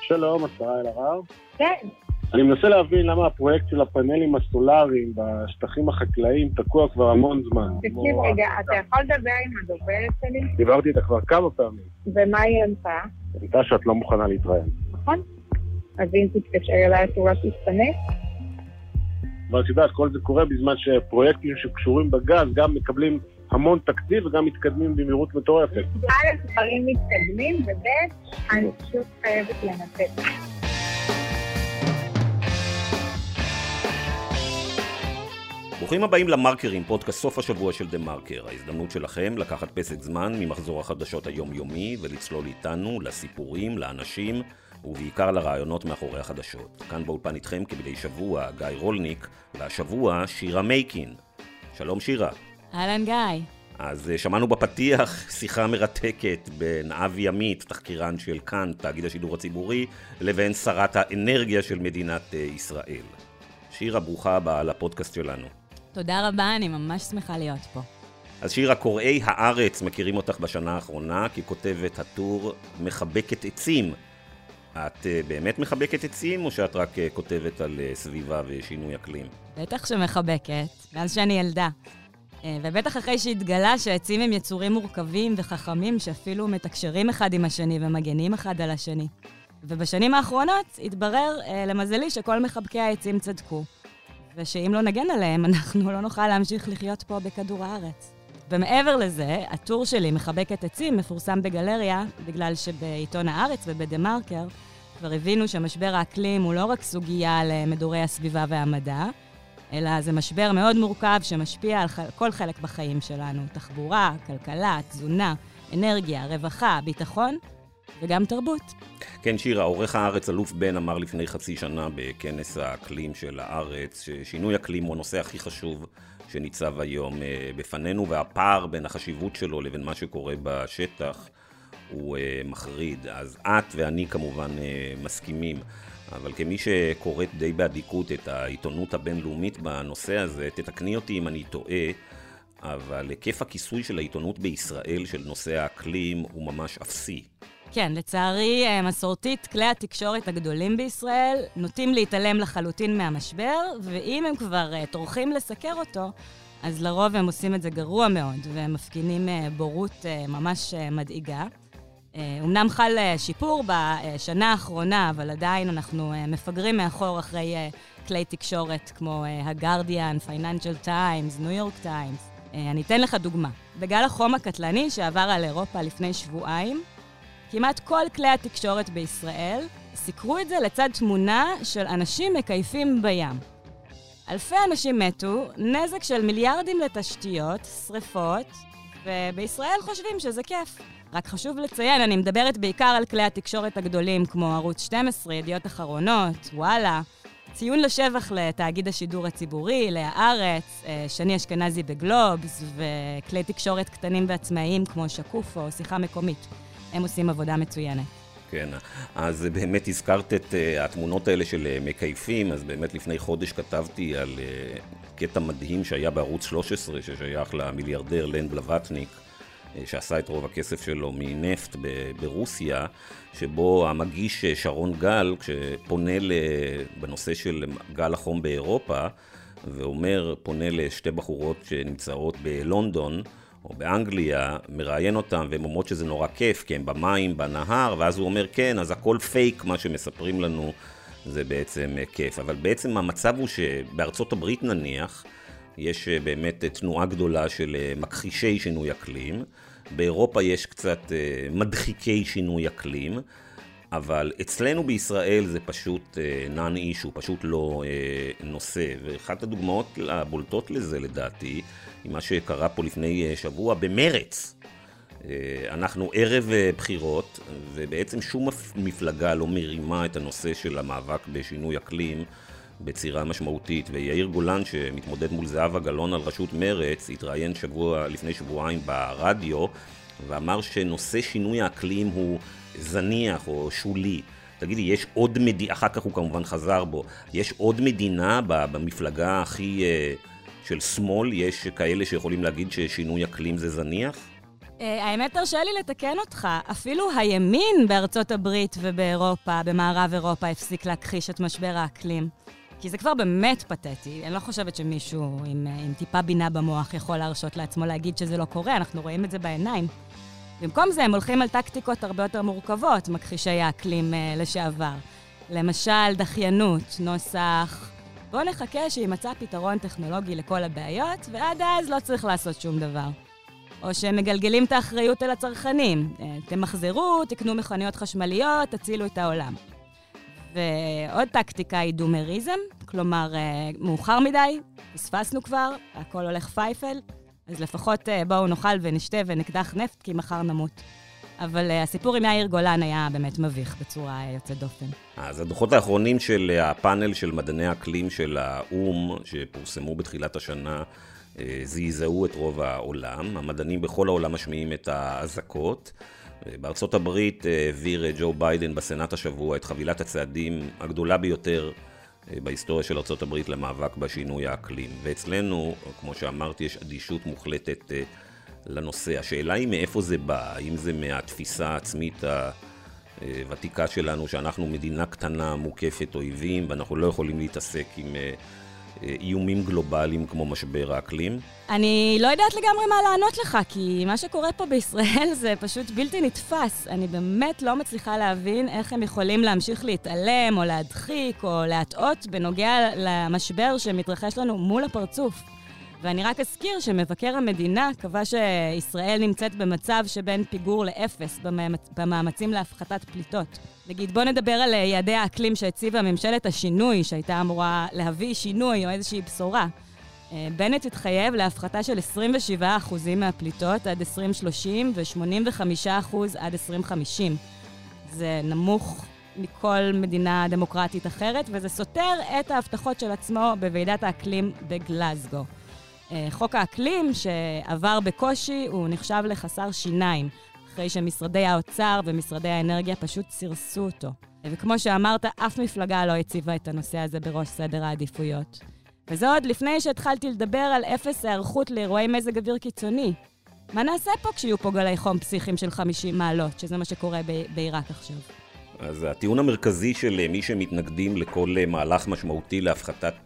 שלום, השרה אלהרר. כן. אני מנסה להבין למה הפרויקט של הפאנלים הסולאריים בשטחים החקלאיים תקוע כבר המון זמן. תקשיב רגע, אתה יכול לדבר עם הדוברת שלי? דיברתי איתה כבר כמה פעמים. ומה היא ענתה? ענתה שאת לא מוכנה להתראיין. נכון. אז אם תתקשר אליי, אתה רק תסתנף. אבל את יודעת, כל זה קורה בזמן שפרויקטים שקשורים בגז גם מקבלים המון תקציב וגם מתקדמים במהירות מטורפת. דברים מתקדמים, ובית, אני פשוט חייבת לנתק. ברוכים הבאים למרקרים, פודקאסט סוף השבוע של דה מרקר. ההזדמנות שלכם לקחת פסק זמן ממחזור החדשות היומיומי ולצלול איתנו לסיפורים, לאנשים ובעיקר לרעיונות מאחורי החדשות. כאן באולפן איתכם כבדי שבוע גיא רולניק, והשבוע שירה מייקין. שלום שירה. אהלן גיא. אז שמענו בפתיח שיחה מרתקת בין אבי עמית, תחקירן של כאן, תאגיד השידור הציבורי, לבין שרת האנרגיה של מדינת ישראל. שירה, ברוכה הבאה לפודקאסט שלנו. תודה רבה, אני ממש שמחה להיות פה. אז שירה, קוראי הארץ מכירים אותך בשנה האחרונה ככותבת הטור מחבקת עצים. את באמת מחבקת עצים או שאת רק כותבת על סביבה ושינוי אקלים? בטח שמחבקת, מאז שאני ילדה. ובטח אחרי שהתגלה שהעצים הם יצורים מורכבים וחכמים שאפילו מתקשרים אחד עם השני ומגנים אחד על השני. ובשנים האחרונות התברר למזלי שכל מחבקי העצים צדקו. ושאם לא נגן עליהם, אנחנו לא נוכל להמשיך לחיות פה בכדור הארץ. ומעבר לזה, הטור שלי מחבקת עצים מפורסם בגלריה, בגלל שבעיתון הארץ ובדה מרקר כבר הבינו שמשבר האקלים הוא לא רק סוגיה למדורי הסביבה והמדע, אלא זה משבר מאוד מורכב שמשפיע על כל חלק בחיים שלנו, תחבורה, כלכלה, תזונה, אנרגיה, רווחה, ביטחון וגם תרבות. כן, שירה, עורך הארץ אלוף בן אמר לפני חצי שנה בכנס האקלים של הארץ, ששינוי אקלים הוא הנושא הכי חשוב שניצב היום בפנינו, והפער בין החשיבות שלו לבין מה שקורה בשטח הוא מחריד. אז את ואני כמובן מסכימים, אבל כמי שקוראת די בעדיקות את העיתונות הבינלאומית בנושא הזה, תתקני אותי אם אני טועה, אבל היקף הכיסוי של העיתונות בישראל של נושא האקלים הוא ממש אפסי. כן, לצערי, מסורתית, כלי התקשורת הגדולים בישראל נוטים להתעלם לחלוטין מהמשבר, ואם הם כבר טורחים לסקר אותו, אז לרוב הם עושים את זה גרוע מאוד, והם מפגינים בורות ממש מדאיגה. אמנם חל שיפור בשנה האחרונה, אבל עדיין אנחנו מפגרים מאחור אחרי כלי תקשורת כמו הגרדיאן, פייננשל טיימס, ניו יורק טיימס. אני אתן לך דוגמה. בגל החום הקטלני שעבר על אירופה לפני שבועיים, כמעט כל כלי התקשורת בישראל סיקרו את זה לצד תמונה של אנשים מקייפים בים. אלפי אנשים מתו, נזק של מיליארדים לתשתיות, שריפות, ובישראל חושבים שזה כיף. רק חשוב לציין, אני מדברת בעיקר על כלי התקשורת הגדולים כמו ערוץ 12, ידיעות אחרונות, וואלה, ציון לשבח לתאגיד השידור הציבורי, להארץ, שני אשכנזי בגלובס, וכלי תקשורת קטנים ועצמאיים כמו שקוף או שיחה מקומית. הם עושים עבודה מצוינת. כן, אז באמת הזכרת את התמונות האלה של מקייפים, אז באמת לפני חודש כתבתי על קטע מדהים שהיה בערוץ 13, ששייך למיליארדר לן בלווטניק, שעשה את רוב הכסף שלו מנפט ברוסיה, שבו המגיש שרון גל, כשפונה בנושא של גל החום באירופה, ואומר, פונה לשתי בחורות שנמצאות בלונדון, או באנגליה, מראיין אותם, והם אומרות שזה נורא כיף, כי הם במים, בנהר, ואז הוא אומר, כן, אז הכל פייק, מה שמספרים לנו, זה בעצם כיף. אבל בעצם המצב הוא שבארצות הברית נניח, יש באמת תנועה גדולה של מכחישי שינוי אקלים, באירופה יש קצת מדחיקי שינוי אקלים, אבל אצלנו בישראל זה פשוט non-issue, פשוט לא נושא. ואחת הדוגמאות הבולטות לזה לדעתי, היא מה שקרה פה לפני שבוע במרץ. אנחנו ערב בחירות, ובעצם שום מפלגה לא מרימה את הנושא של המאבק בשינוי אקלים בצירה משמעותית. ויאיר גולן, שמתמודד מול זהבה גלאון על ראשות מרץ, התראיין לפני שבועיים ברדיו, ואמר שנושא שינוי האקלים הוא זניח או שולי. תגידי, יש עוד מדינה, אחר כך הוא כמובן חזר בו, יש עוד מדינה במפלגה הכי של שמאל, יש כאלה שיכולים להגיד ששינוי אקלים זה זניח? האמת, תרשה לי לתקן אותך. אפילו הימין בארצות הברית ובאירופה, במערב אירופה, הפסיק להכחיש את משבר האקלים. כי זה כבר באמת פתטי. אני לא חושבת שמישהו עם טיפה בינה במוח יכול להרשות לעצמו להגיד שזה לא קורה, אנחנו רואים את זה בעיניים. במקום זה הם הולכים על טקטיקות הרבה יותר מורכבות, מכחישי האקלים לשעבר. למשל, דחיינות, נוסח. בואו נחכה שימצא פתרון טכנולוגי לכל הבעיות, ועד אז לא צריך לעשות שום דבר. או שהם מגלגלים את האחריות אל הצרכנים. תמחזרו, תקנו מכוניות חשמליות, תצילו את העולם. ועוד טקטיקה היא דומריזם, כלומר, מאוחר מדי, פספסנו כבר, הכל הולך פייפל, אז לפחות בואו נאכל ונשתה ונקדח נפט, כי מחר נמות. אבל הסיפור עם יאיר גולן היה באמת מביך בצורה יוצאת דופן. אז הדוחות האחרונים של הפאנל של מדעני האקלים של האום, שפורסמו בתחילת השנה, זעזעו את רוב העולם. המדענים בכל העולם משמיעים את האזעקות. בארצות הברית העביר ג'ו ביידן בסנאט השבוע את חבילת הצעדים הגדולה ביותר בהיסטוריה של ארצות הברית למאבק בשינוי האקלים. ואצלנו, כמו שאמרתי, יש אדישות מוחלטת לנושא. השאלה היא מאיפה זה בא, האם זה מהתפיסה העצמית הוותיקה שלנו, שאנחנו מדינה קטנה, מוקפת אויבים, ואנחנו לא יכולים להתעסק עם איומים גלובליים כמו משבר האקלים? אני לא יודעת לגמרי מה לענות לך, כי מה שקורה פה בישראל זה פשוט בלתי נתפס. אני באמת לא מצליחה להבין איך הם יכולים להמשיך להתעלם או להדחיק או להטעות בנוגע למשבר שמתרחש לנו מול הפרצוף. ואני רק אזכיר שמבקר המדינה קבע שישראל נמצאת במצב שבין פיגור לאפס במאמצים להפחתת פליטות. נגיד, בוא נדבר על יעדי האקלים שהציבה ממשלת השינוי, שהייתה אמורה להביא שינוי או איזושהי בשורה. בנט התחייב להפחתה של 27% מהפליטות עד 2030 ו-85% עד 2050. זה נמוך מכל מדינה דמוקרטית אחרת, וזה סותר את ההבטחות של עצמו בוועידת האקלים בגלזגו. חוק האקלים שעבר בקושי הוא נחשב לחסר שיניים, אחרי שמשרדי האוצר ומשרדי האנרגיה פשוט סירסו אותו. וכמו שאמרת, אף מפלגה לא הציבה את הנושא הזה בראש סדר העדיפויות. וזה עוד לפני שהתחלתי לדבר על אפס היערכות לאירועי מזג אוויר קיצוני. מה נעשה פה כשיהיו פה גלי חום פסיכיים של 50 מעלות, שזה מה שקורה בעיראק עכשיו? אז הטיעון המרכזי של מי שמתנגדים לכל מהלך משמעותי להפחתת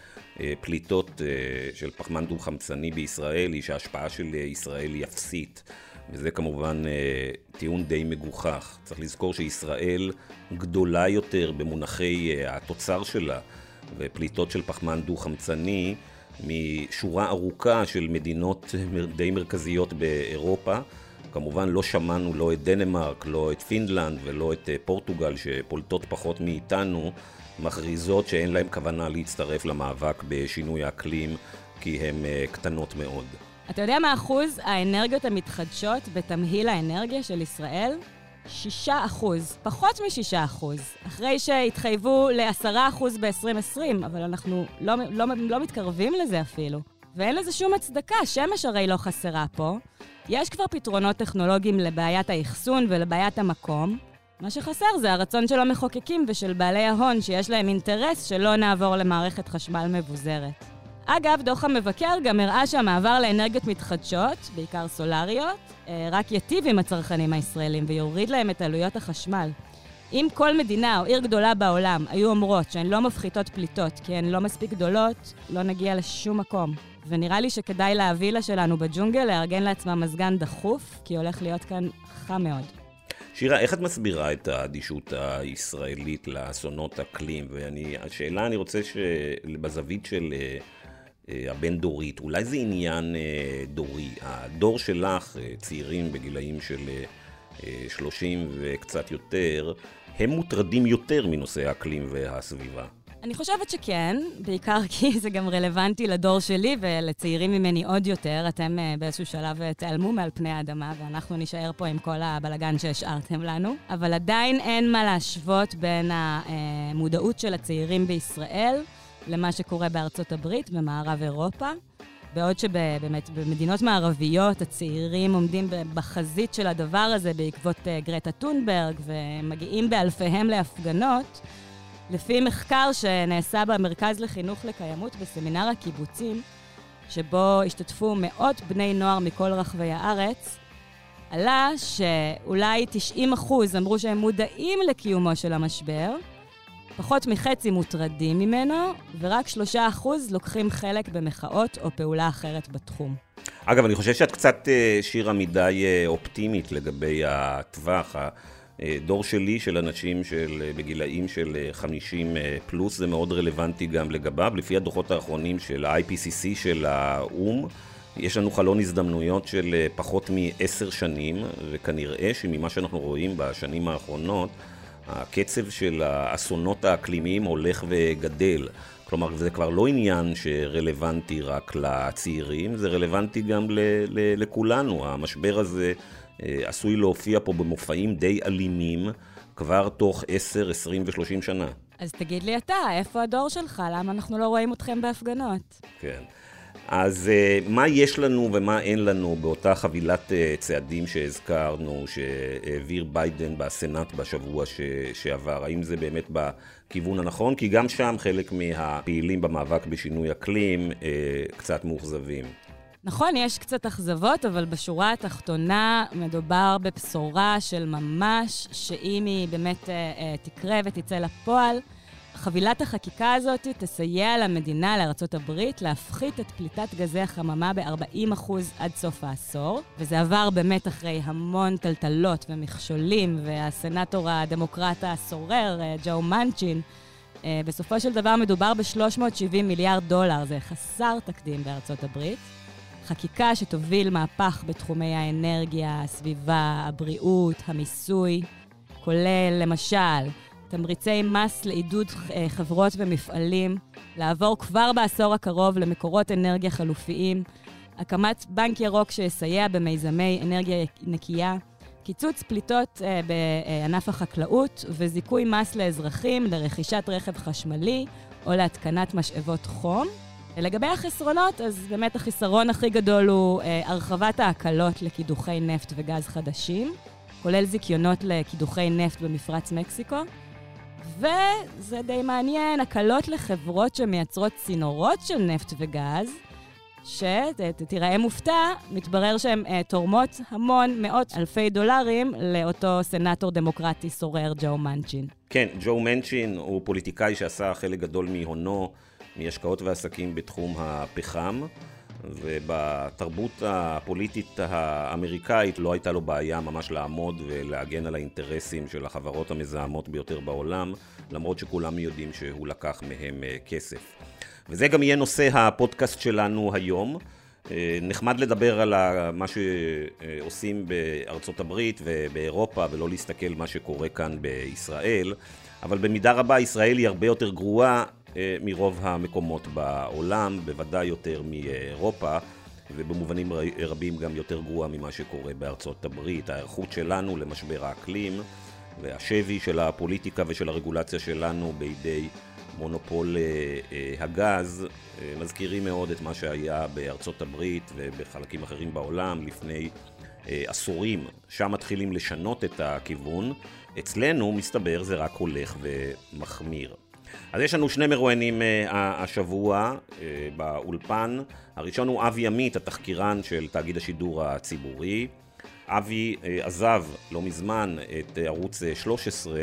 פליטות של פחמן דו-חמצני בישראל היא שההשפעה של ישראל היא אפסית. וזה כמובן טיעון די מגוחך. צריך לזכור שישראל גדולה יותר במונחי התוצר שלה ופליטות של פחמן דו-חמצני משורה ארוכה של מדינות די מרכזיות באירופה. כמובן לא שמענו לא את דנמרק, לא את פינלנד ולא את פורטוגל שפולטות פחות מאיתנו, מכריזות שאין להם כוונה להצטרף למאבק בשינוי האקלים כי הן קטנות מאוד. אתה יודע מה אחוז האנרגיות המתחדשות בתמהיל האנרגיה של ישראל? 6%, פחות מ6%, אחרי שהתחייבו ל10% ב-2020, אבל אנחנו לא מתקרבים לזה אפילו. ואין לזה שום הצדקה, שמש הרי לא חסרה פה. יש כבר פתרונות טכנולוגיים לבעיית האחסון ולבעיית המקום. מה שחסר זה הרצון של המחוקקים ושל בעלי ההון שיש להם אינטרס שלא נעבור למערכת חשמל מבוזרת. אגב, דוח המבקר גם הראה שהמעבר לאנרגיות מתחדשות, בעיקר סולריות, רק יטיב עם הצרכנים הישראלים ויוריד להם את עלויות החשמל. אם כל מדינה או עיר גדולה בעולם היו אומרות שהן לא מפחיתות פליטות כי הן לא מספיק גדולות, לא נגיע לשום מקום. ונראה לי שכדאי להווילה שלנו בג'ונגל לארגן לעצמה מזגן דחוף, כי הולך להיות כאן חם מאוד. שירה, איך את מסבירה את האדישות הישראלית לאסונות אקלים? השאלה, אני רוצה שבזווית של הבן דורית, אולי זה עניין דורי. הדור שלך, צעירים בגילאים של 30 וקצת יותר, הם מוטרדים יותר מנושא האקלים והסביבה. אני חושבת שכן, בעיקר כי זה גם רלוונטי לדור שלי ולצעירים ממני עוד יותר. אתם באיזשהו שלב תיעלמו מעל פני האדמה, ואנחנו נשאר פה עם כל הבלגן שהשארתם לנו. אבל עדיין אין מה להשוות בין המודעות של הצעירים בישראל למה שקורה בארצות הברית, במערב אירופה. בעוד שבאמת במדינות מערביות הצעירים עומדים בחזית של הדבר הזה בעקבות גרטה טונברג ומגיעים באלפיהם להפגנות, לפי מחקר שנעשה במרכז לחינוך לקיימות בסמינר הקיבוצים, שבו השתתפו מאות בני נוער מכל רחבי הארץ, עלה שאולי 90% אמרו שהם מודעים לקיומו של המשבר, פחות מחצי מוטרדים ממנו, ורק 3% לוקחים חלק במחאות או פעולה אחרת בתחום. אגב, אני חושב שאת קצת שירה מדי אופטימית לגבי הטווח. הדור שלי של אנשים בגילאים של 50 פלוס, זה מאוד רלוונטי גם לגביו. לפי הדוחות האחרונים של ה-IPCC של האום, יש לנו חלון הזדמנויות של פחות מ10 שנים, וכנראה שממה שאנחנו רואים בשנים האחרונות, הקצב של האסונות האקלימיים הולך וגדל. כלומר, זה כבר לא עניין שרלוונטי רק לצעירים, זה רלוונטי גם לכולנו. המשבר הזה עשוי להופיע פה במופעים די אלימים, כבר תוך 10, 20 ו-30 שנה. אז תגיד לי אתה, איפה הדור שלך? למה אנחנו לא רואים אתכם בהפגנות? כן. אז מה יש לנו ומה אין לנו באותה חבילת צעדים שהזכרנו, שהעביר ביידן בסנאט בשבוע שעבר? האם זה באמת בכיוון הנכון? כי גם שם חלק מהפעילים במאבק בשינוי אקלים קצת מאוכזבים. נכון, יש קצת אכזבות, אבל בשורה התחתונה מדובר בבשורה של ממש, שאם היא באמת תקרה ותצא לפועל, חבילת החקיקה הזאת תסייע למדינה, לארצות הברית, להפחית את פליטת גזי החממה ב-40% עד סוף העשור. וזה עבר באמת אחרי המון טלטלות ומכשולים, והסנאטור הדמוקרט הסורר, ג'ו מנצ'ין, בסופו של דבר מדובר ב$370 מיליארד, זה חסר תקדים בארצות הברית. חקיקה שתוביל מהפך בתחומי האנרגיה, הסביבה, הבריאות, המיסוי, כולל למשל תמריצי מס לעידוד חברות ומפעלים, לעבור כבר בעשור הקרוב למקורות אנרגיה חלופיים, הקמת בנק ירוק שיסייע במיזמי אנרגיה נקייה, קיצוץ פליטות בענף החקלאות וזיכוי מס לאזרחים לרכישת רכב חשמלי או להתקנת משאבות חום. לגבי החסרונות, אז באמת החיסרון הכי גדול הוא הרחבת ההקלות לקידוחי נפט וגז חדשים, כולל זיכיונות לקידוחי נפט במפרץ מקסיקו, וזה די מעניין, הקלות לחברות שמייצרות צינורות של נפט וגז, שתראה מופתע, מתברר שהן תורמות המון מאות אלפי דולרים לאותו סנאטור דמוקרטי סורר ג'ו מנצ'ין. כן, ג'ו מנצ'ין הוא פוליטיקאי שעשה חלק גדול מהונו, מהשקעות ועסקים בתחום הפחם, ובתרבות הפוליטית האמריקאית לא הייתה לו בעיה ממש לעמוד ולהגן על האינטרסים של החברות המזהמות ביותר בעולם, למרות שכולם יודעים שהוא לקח מהם כסף. וזה גם יהיה נושא הפודקאסט שלנו היום. נחמד לדבר על מה שעושים בארצות הברית ובאירופה ולא להסתכל מה שקורה כאן בישראל, אבל במידה רבה ישראל היא הרבה יותר גרועה מרוב המקומות בעולם, בוודאי יותר מאירופה, ובמובנים רבים גם יותר גרוע ממה שקורה בארצות הברית. ההיערכות שלנו למשבר האקלים והשבי של הפוליטיקה ושל הרגולציה שלנו בידי מונופול הגז מזכירים מאוד את מה שהיה בארצות הברית ובחלקים אחרים בעולם לפני עשורים. שם מתחילים לשנות את הכיוון, אצלנו מסתבר זה רק הולך ומחמיר. אז יש לנו שני מרואיינים השבוע באולפן. הראשון הוא אבי עמית, התחקירן של תאגיד השידור הציבורי. אבי עזב לא מזמן את ערוץ 13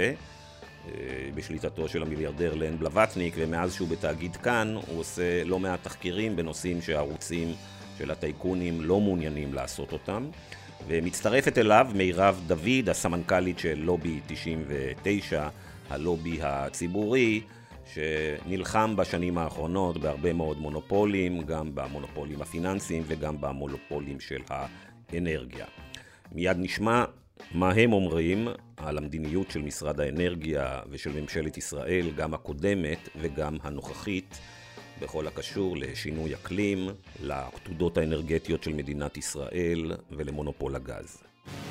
בשליטתו של המיליארדר לן בלווטניק, ומאז שהוא בתאגיד כאן הוא עושה לא מעט תחקירים בנושאים שהערוצים של הטייקונים לא מעוניינים לעשות אותם. ומצטרפת אליו מירב דוד, הסמנכ"לית של לובי 99, הלובי הציבורי, שנלחם בשנים האחרונות בהרבה מאוד מונופולים, גם במונופולים הפיננסיים וגם במונופולים של האנרגיה. מיד נשמע מה הם אומרים על המדיניות של משרד האנרגיה ושל ממשלת ישראל, גם הקודמת וגם הנוכחית, בכל הקשור לשינוי אקלים, לעתודות האנרגטיות של מדינת ישראל ולמונופול הגז.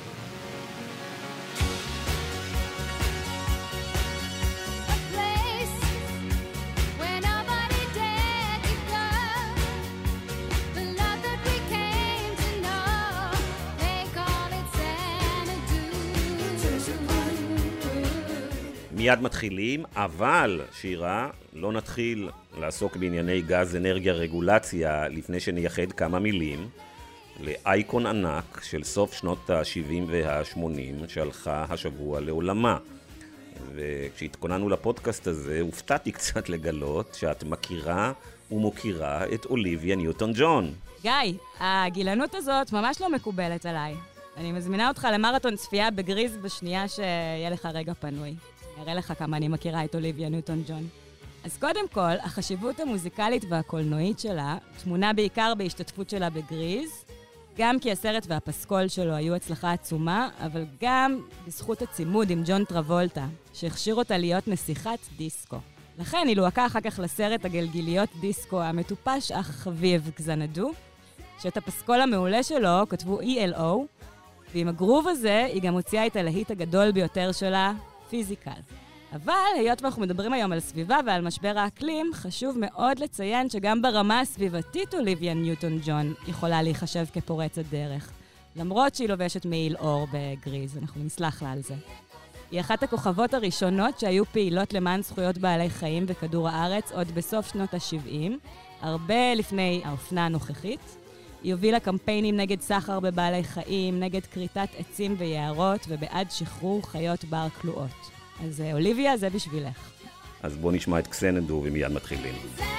מיד מתחילים, אבל שירה, לא נתחיל לעסוק בענייני גז, אנרגיה, רגולציה, לפני שנייחד כמה מילים לאייקון ענק של סוף שנות ה-70 וה-80 שהלכה השבוע לעולמה. וכשהתכוננו לפודקאסט הזה, הופתעתי קצת לגלות שאת מכירה ומוקירה את אוליביה ניוטון ג'ון. גיא, הגילנות הזאת ממש לא מקובלת עליי. אני מזמינה אותך למרתון צפייה בגריז בשנייה שיהיה לך רגע פנוי. אני אראה לך כמה אני מכירה את אוליביה ניוטון ג'ון. אז קודם כל, החשיבות המוזיקלית והקולנועית שלה תמונה בעיקר בהשתתפות שלה בגריז, גם כי הסרט והפסקול שלו היו הצלחה עצומה, אבל גם בזכות הצימוד עם ג'ון טרבולטה, שהכשיר אותה להיות נסיכת דיסקו. לכן היא לוהקה אחר כך לסרט הגלגיליות דיסקו המטופש אך חביב גזנדו, שאת הפסקול המעולה שלו כתבו ELO, ועם הגרוב הזה היא גם הוציאה את הלהיט הגדול ביותר שלה, פיזיקל. אבל היות ואנחנו מדברים היום על סביבה ועל משבר האקלים, חשוב מאוד לציין שגם ברמה הסביבתית אוליביה ניוטון ג'ון יכולה להיחשב כפורצת דרך. למרות שהיא לובשת מעיל אור בגריז, אנחנו נסלח לה על זה. היא אחת הכוכבות הראשונות שהיו פעילות למען זכויות בעלי חיים בכדור הארץ עוד בסוף שנות ה-70, הרבה לפני האופנה הנוכחית. היא הובילה קמפיינים נגד סחר בבעלי חיים, נגד כריתת עצים ויערות ובעד שחרור חיות בר כלואות. אז אוליביה, זה בשבילך. אז בוא נשמע את קסנדו ומיד מתחילים.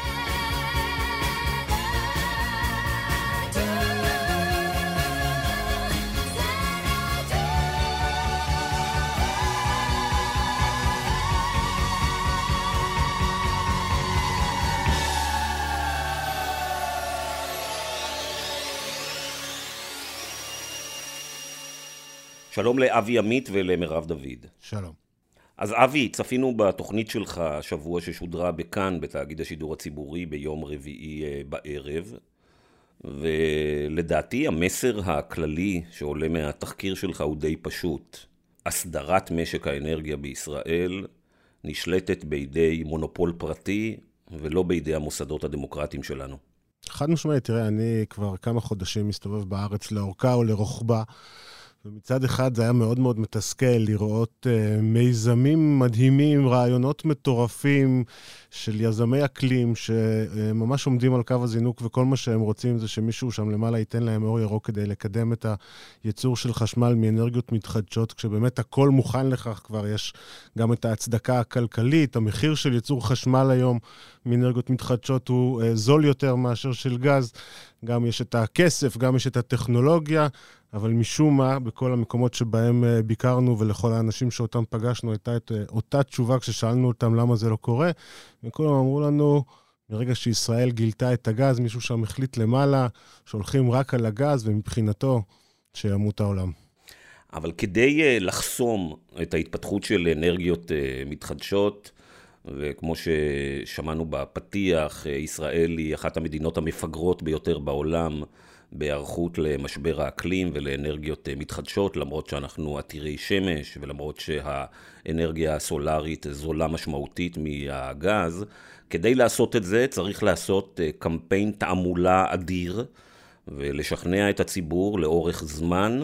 שלום לאבי עמית ולמרב דוד. שלום. אז אבי, צפינו בתוכנית שלך השבוע ששודרה בכאן בתאגיד השידור הציבורי ביום רביעי בערב, ולדעתי המסר הכללי שעולה מהתחקיר שלך הוא די פשוט. הסדרת משק האנרגיה בישראל נשלטת בידי מונופול פרטי ולא בידי המוסדות הדמוקרטיים שלנו. חד משמעית, תראה, אני כבר כמה חודשים מסתובב בארץ לאורכה או לרוחבה, ומצד אחד זה היה מאוד מאוד מתסכל לראות מיזמים מדהימים, רעיונות מטורפים של יזמי אקלים שממש עומדים על קו הזינוק, וכל מה שהם רוצים זה שמישהו שם למעלה ייתן להם אור ירוק כדי לקדם את הייצור של חשמל מאנרגיות מתחדשות, כשבאמת הכל מוכן לכך, כבר יש גם את ההצדקה הכלכלית, המחיר של ייצור חשמל היום מאנרגיות מתחדשות הוא זול יותר מאשר של גז, גם יש את הכסף, גם יש את הטכנולוגיה, אבל משום מה, בכל המקומות שבהם ביקרנו ולכל האנשים שאותם פגשנו, הייתה את אותה תשובה כששאלנו אותם למה זה לא קורה, וכולם אמרו לנו, מרגע שישראל גילתה את הגז, מישהו שם החליט למעלה, שהולכים רק על הגז, ומבחינתו שימות העולם. אבל כדי לחסום את ההתפתחות של אנרגיות מתחדשות, וכמו ששמענו בפתיח, ישראל היא אחת המדינות המפגרות ביותר בעולם, בהיערכות למשבר האקלים ולאנרגיות מתחדשות, למרות שאנחנו עתירי שמש, ולמרות שהאנרגיה הסולרית זולה משמעותית מהגז. כדי לעשות את זה צריך לעשות קמפיין תעמולה אדיר, ולשכנע את הציבור לאורך זמן,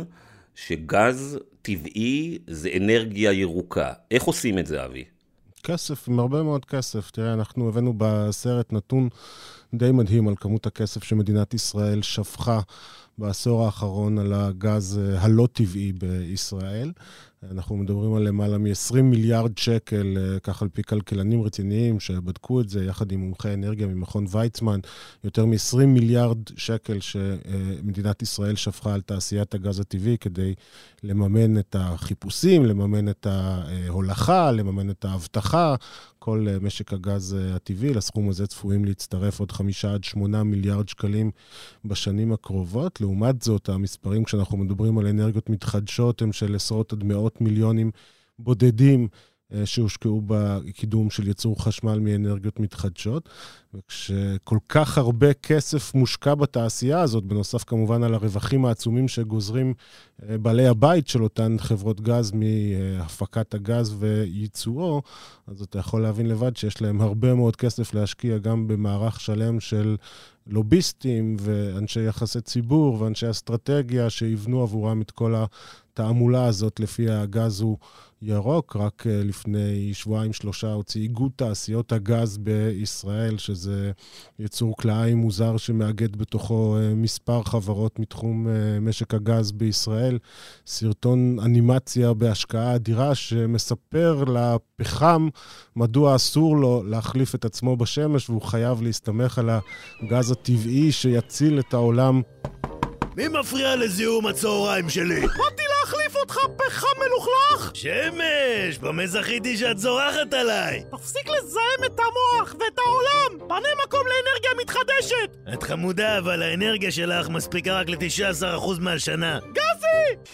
שגז טבעי זה אנרגיה ירוקה. איך עושים את זה, אבי? כסף, עם הרבה מאוד כסף. תראה, אנחנו הבאנו בסרט נתון די מדהים על כמות הכסף שמדינת ישראל שפכה בעשור האחרון על הגז הלא טבעי בישראל. אנחנו מדברים על למעלה מ-20 מיליארד שקל, כך על פי כלכלנים רציניים שבדקו את זה, יחד עם מומחי אנרגיה ממכון ויצמן, יותר מ-20 מיליארד שקל שמדינת ישראל שפכה על תעשיית הגז הטבעי, כדי לממן את החיפושים, לממן את ההולכה, לממן את ההבטחה, כל משק הגז הטבעי. לסכום הזה צפויים להצטרף עוד 5 עד 8 מיליארד שקלים בשנים הקרובות. לעומת זאת, המספרים כשאנחנו מדברים על אנרגיות מתחדשות הם של עשרות עד מאות מיליונים בודדים שהושקעו בקידום של ייצור חשמל מאנרגיות מתחדשות, וכשכל כך הרבה כסף מושקע בתעשייה הזאת, בנוסף כמובן על הרווחים העצומים שגוזרים בעלי הבית של אותן חברות גז מהפקת הגז וייצואו, אז אתה יכול להבין לבד שיש להם הרבה מאוד כסף להשקיע גם במערך שלם של לוביסטים ואנשי יחסי ציבור ואנשי אסטרטגיה שיבנו עבורם את כל התעמולה הזאת לפי הגז הוא ירוק. רק לפני 2-3 הוציא איגוד תעשיות הגז בישראל, שזה יצור כלאיים מוזר שמאגד בתוכו מספר חברות מתחום משק הגז בישראל. סרטון אנימציה בהשקעה אדירה שמספר לפחם מדוע אסור לו להחליף את עצמו בשמש, והוא חייב להסתמך על הגז הטבעי שיציל את העולם. מי מפריע לזיהום הצהריים שלי? באתי להחליף אותך, פחם מלוכלך! שמש! במה זכיתי שאת זורחת עליי? תפסיק לזהם את המוח ואת העולם! פנה מקום לאנרגיה מתחדשת! את חמודה, אבל האנרגיה שלך מספיקה רק ל-19% מהשנה. גזי!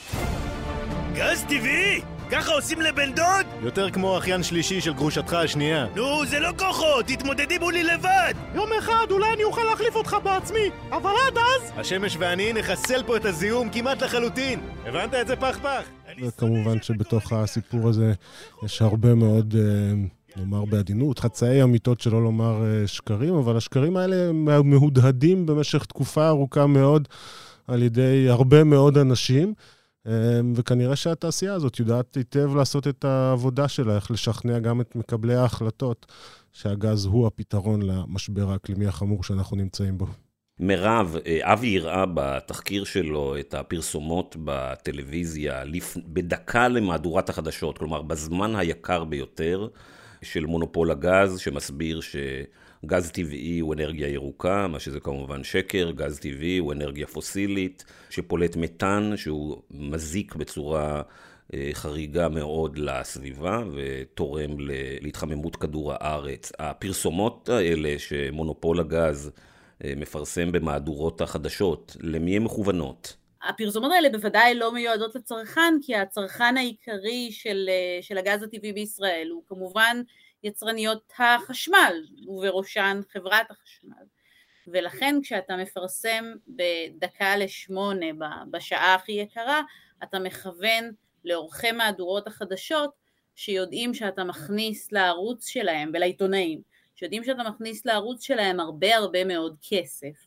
גז טבעי? ככה עושים לבן דוד? יותר כמו אחיין שלישי של גרושתך השנייה. נו, זה לא כוחות, תתמודדי מולי לבד! יום אחד אולי אני אוכל להחליף אותך בעצמי, אבל עד אז... השמש ואני נחסל פה את הזיהום כמעט לחלוטין. הבנת את זה פח? וכמובן שבתוך הסיפור הזה יש הרבה מאוד, נאמר בעדינות, חצאי אמיתות שלא לומר שקרים, אבל השקרים האלה מהודהדים במשך תקופה ארוכה מאוד על ידי הרבה מאוד אנשים, וכנראה שהתעשייה הזאת יודעת היטב לעשות את העבודה שלה, איך לשכנע גם את מקבלי ההחלטות שהגז הוא הפתרון למשבר האקלימי החמור שאנחנו נמצאים בו. מירב, אבי הראה בתחקיר שלו את הפרסומות בטלוויזיה בדקה למהדורת החדשות, כלומר בזמן היקר ביותר של מונופול הגז, שמסביר שגז טבעי הוא אנרגיה ירוקה, מה שזה כמובן שקר, גז טבעי הוא אנרגיה פוסילית, שפולט מתאן, שהוא מזיק בצורה חריגה מאוד לסביבה, ותורם להתחממות כדור הארץ. הפרסומות האלה שמונופול הגז מפרסם במהדורות החדשות, למי הן מכוונות? הפרסומות האלה בוודאי לא מיועדות לצרכן, כי הצרכן העיקרי של הגז הטבעי בישראל הוא כמובן יצרניות החשמל, ובראשן חברת החשמל. ולכן כשאתה מפרסם בדקה ל8 בשעה הכי יקרה, אתה מכוון לאורכי מהדורות החדשות שיודעים שאתה מכניס לערוץ שלהם ולעיתונאים, שיודעים שאתה מכניס לערוץ שלהם הרבה מאוד כסף.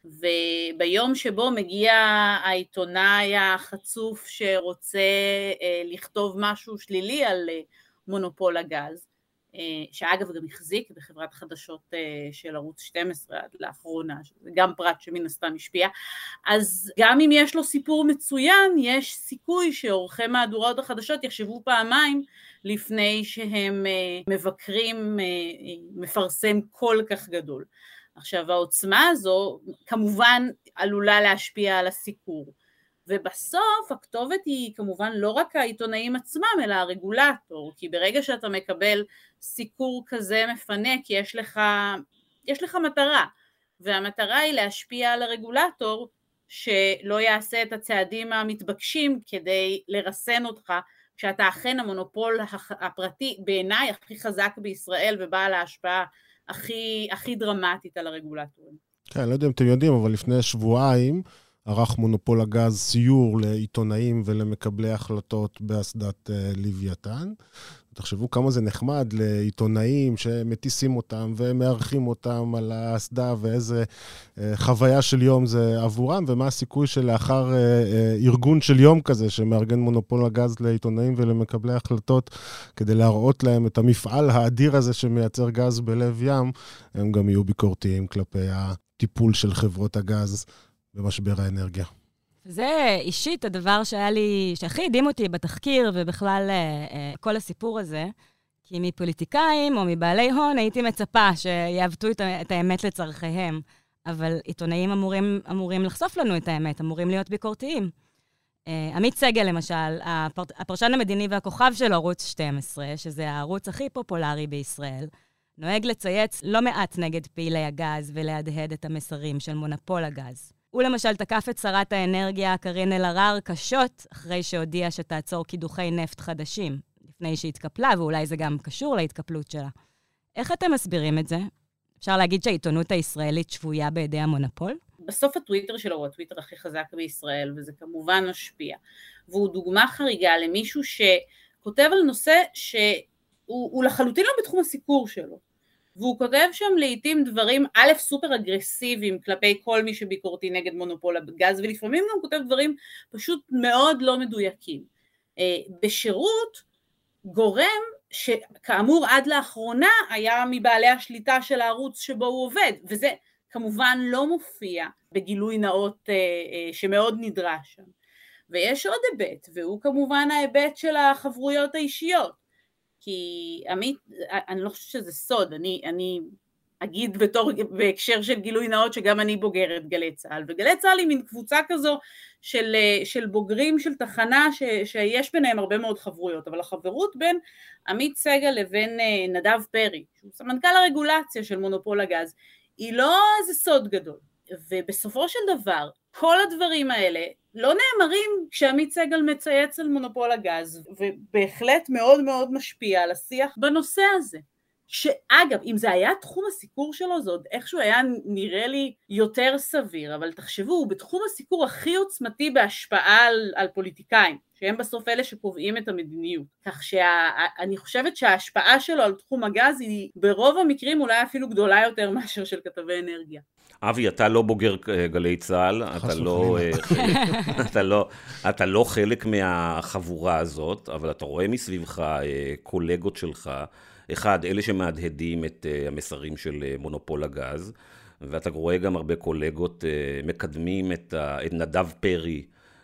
וביום שבו מגיע העיתונאי החצוף שרוצה לכתוב משהו שלילי על מונופול הגז, שאגב גם החזיק בחברת החדשות של ערוץ 12 עד לאחרונה, שזה גם פרט שמן הסתם השפיע, אז גם אם יש לו סיפור מצוין, יש סיכוי שעורכי מהדורות החדשות יחשבו פעמיים לפני שהם מבקרים מפרסם כל כך גדול. עכשיו העוצמה הזו כמובן עלולה להשפיע על הסיקור, ובסוף הכתובת היא כמובן לא רק העיתונאים עצמם, אלא הרגולטור, כי ברגע שאתה מקבל סיקור כזה מפנק, יש לך מטרה, והמטרה היא להשפיע על הרגולטור, שלא יעשה את הצעדים המתבקשים כדי לרסן אותך, כשאתה אכן המונופול הפרטי בעיניי הכי חזק בישראל, ובעל ההשפעה הכי דרמטית על הרגולטורים. כן, לא יודע אם אתם יודעים, אבל לפני שבועיים, ערך מונופול הגז סיור לעיתונאים ולמקבלי החלטות באסדת לוויתן. תחשבו כמה זה נחמד לעיתונאים שמטיסים אותם ומארחים אותם על האסדה, ואיזה חוויה של יום זה עבורם, ומה הסיכוי שלאחר ארגון של יום כזה שמארגן מונופול הגז לעיתונאים ולמקבלי החלטות, כדי להראות להם את המפעל האדיר הזה שמייצר גז בלב ים, הם גם יהיו ביקורתיים כלפי הטיפול של חברות הגז במשבר האנרגיה. זה אישית הדבר שהכי הדהים אותי בתחקיר, ובכלל כל הסיפור הזה, כי מפוליטיקאים או מבעלי הון הייתי מצפה שיעבטו את האמת לצרכיהם, אבל עיתונאים אמורים לחשוף לנו את האמת, אמורים להיות ביקורתיים. עמית סגל למשל, הפרשן המדיני והכוכב של ערוץ 12, שזה הערוץ הכי פופולרי בישראל, נוהג לצייץ לא מעט נגד פעילי הגז ולהדהד את המסרים של מונופול הגז. הוא למשל תקף את שרת האנרגיה קארין אלהרר קשות אחרי שהודיעה שתעצור קידוחי נפט חדשים, לפני שהתקפלה, ואולי זה גם קשור להתקפלות שלה. איך אתם מסבירים את זה? אפשר להגיד שהעיתונות הישראלית שבויה בידי המונופול? בסוף הטוויטר שלו הוא הטוויטר הכי חזק בישראל, וזה כמובן משפיע. והוא דוגמה חריגה למישהו שכותב על נושא שהוא לחלוטין לא בתחום הסיקור שלו. והוא כותב שם לעתים דברים א' סופר אגרסיביים כלפי כל מי שביקורתי נגד מונופול הגז, ולפעמים הוא כותב דברים פשוט מאוד לא מדויקים. בשירות גורם שכאמור עד לאחרונה היה מבעלי השליטה של הערוץ שבו הוא עובד, וזה כמובן לא מופיע בגילוי נאות שמאוד נדרש שם. ויש עוד היבט, והוא כמובן ההיבט של החברויות האישיות. כי עמית, אני לא חושבת שזה סוד, אני אגיד בהקשר של גילוי נאות שגם אני בוגרת גלי צהל, וגלי צהל היא מין קבוצה כזו של בוגרים של תחנה שיש ביניהם הרבה מאוד חברויות, אבל החברות בין עמית סגל לבין נדב פרי, שהוא סמנכ"ל הרגולציה של מונופול הגז, היא לא איזה סוד גדול, ובסופו של דבר כל הדברים האלה לא נאמרים כשעמית סגל מצייץ על מונופול הגז, ובהחלט מאוד מאוד משפיע על השיח בנושא הזה. שאגב, אם זה היה תחום הסיקור שלו, זה עוד איכשהו היה נראה לי יותר סביר, אבל תחשבו, הוא בתחום הסיקור הכי עוצמתי בהשפעה על פוליטיקאים, שהם בסוף אלה שקובעים את המדיניות. כך שאני חושבת שההשפעה שלו על תחום הגז היא ברוב המקרים אולי אפילו גדולה יותר מאשר של כתבי אנרגיה. אבי, אתה לא בוגר גלי צהל, אתה לא חלק מהחבורה הזאת, אבל אתה רואה מסביבך קולגות שלך, אחד, אלה שמהדהדים את המסרים של מונופול הגז, ואתה רואה גם הרבה קולגות מקדמים את נדב פרי,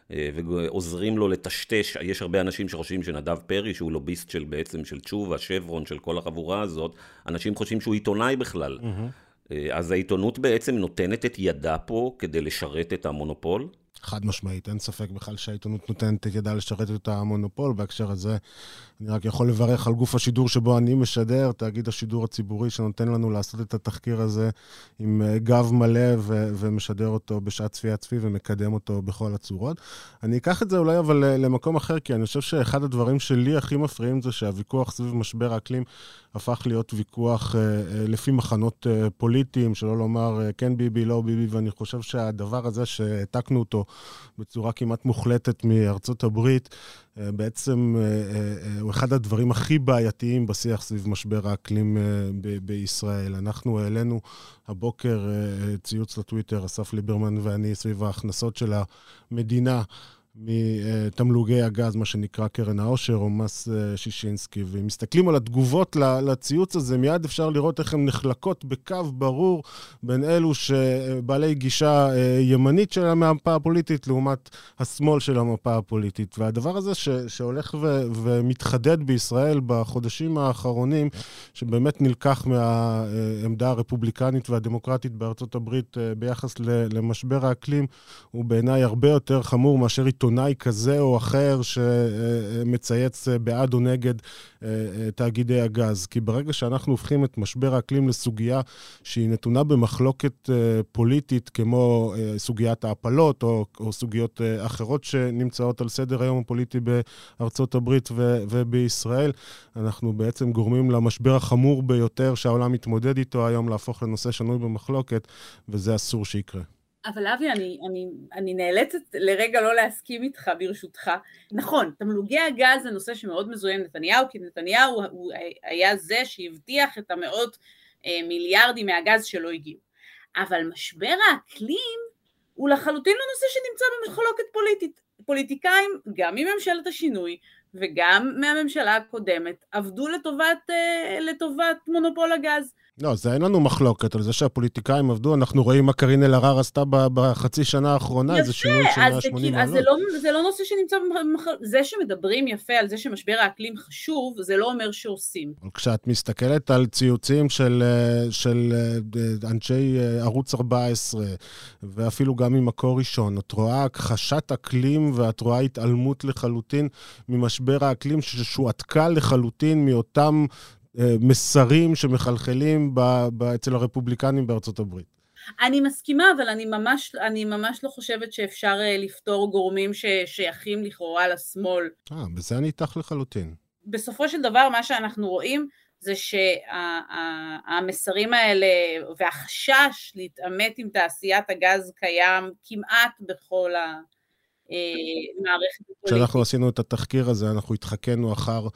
ועוזרים לו לטשטש. יש הרבה אנשים שחושבים שנדב פרי, שהוא לוביסט של בעצם של תשובה, שברון, של כל החבורה הזאת, אנשים חושבים שהוא עיתונאי בכלל. אז העיתונות בעצם נותנת את ידה פה כדי לשרת את המונופול? חד משמעית, אין ספק בכלל שהעיתונות נותנת את ידה לשרת את המונופול. בהקשר הזה אני רק יכול לברך על גוף השידור שבו אני משדר, תאגיד השידור הציבורי שנותן לנו לעשות את התחקיר הזה עם גב מלא ומשדר אותו בשעת צפייה צפי ומקדם אותו בכל הצורות. אני אקח את זה אולי אבל למקום אחר, כי אני חושב שאחד הדברים שלי הכי מפריעים זה שהוויכוח סביב משבר האקלים הפך להיות ויכוח לפי מחנות פוליטיים, שלא לומר כן ביבי, לא ביבי, ואני חושב שהדבר הזה שהעתקנו אותו בצורה כמעט מוחלטת מארצות הברית, בעצם הוא אחד הדברים הכי בעייתיים בשיח סביב משבר האקלים בישראל. אנחנו העלינו הבוקר ציוץ לטוויטר, אסף ליברמן ואני, סביב ההכנסות של המדינה מתמלוגי הגז, מה שנקרא קרן העושר או מס שישינסקי, ומסתכלים על התגובות לציוץ הזה, מיד אפשר לראות איך הן נחלקות בקו ברור בין אלו שבעלי גישה ימנית של המפה הפוליטית לעומת השמאל של המפה הפוליטית. והדבר הזה שהולך ומתחדד בישראל בחודשים האחרונים, שבאמת נלקח מהעמדה הרפובליקנית והדמוקרטית בארצות הברית ביחס למשבר האקלים, הוא בעיניי הרבה יותר חמור מאשר עיתונאי כזה או אחר שמצייץ בעד או נגד תאגידי הגז. כי ברגע שאנחנו הופכים את משבר האקלים לסוגיה שהיא נתונה במחלוקת פוליטית, כמו סוגיית ההפלות או סוגיות אחרות שנמצאות על סדר היום הפוליטי בארצות הברית ובישראל, אנחנו בעצם גורמים למשבר החמור ביותר שהעולם מתמודד איתו היום להפוך לנושא שנוי במחלוקת, וזה אסור שיקרה. אבל אבי, אני נאלצת לרגע לא להסכים איתך ברשותך. נכון, תמלוגי הגז זה נושא שמאוד מזוהה עם נתניהו, כי נתניהו הוא היה זה שהבטיח את המאות מיליארדים מהגז שלא הגיעו. אבל משבר האקלים הוא לחלוטין הנושא שנמצא במחלוקת פוליטית. פוליטיקאים, גם מממשלת השינוי וגם מהממשלה הקודמת, עבדו לטובת מונופול הגז. לא, זה אין לנו מחלוקת על זה שהפוליטיקאים עבדו, אנחנו רואים מה קרין אלהרר עשתה בחצי שנה האחרונה, איזה שינוי של 180 מעלות. אז זה לא נושא שנמצא זה שמדברים יפה על זה שמשבר האקלים חשוב, זה לא אומר שעושים. כשאת מסתכלת על ציוצים של אנשי ערוץ 14, ואפילו גם ממקור ראשון, את רואה הכחשת אקלים, ואת רואה התעלמות לחלוטין ממשבר האקלים, ששועתקה לחלוטין מאותם מסרים שמחלחלים אצל הרפובליקנים בארצות הברית. אני מסכימה, אבל אני ממש לא חושבת שאפשר לפתור גורמים ששייכים לכאורה לשמאל. בזה אני איתך לחלוטין. בסופו של דבר, מה שאנחנו רואים זה שהמסרים האלה והחשש להתעמת עם תעשיית הגז קיים כמעט מערכת פוליטית. כשאנחנו עשינו את התחקיר הזה, אנחנו התחכנו אחר,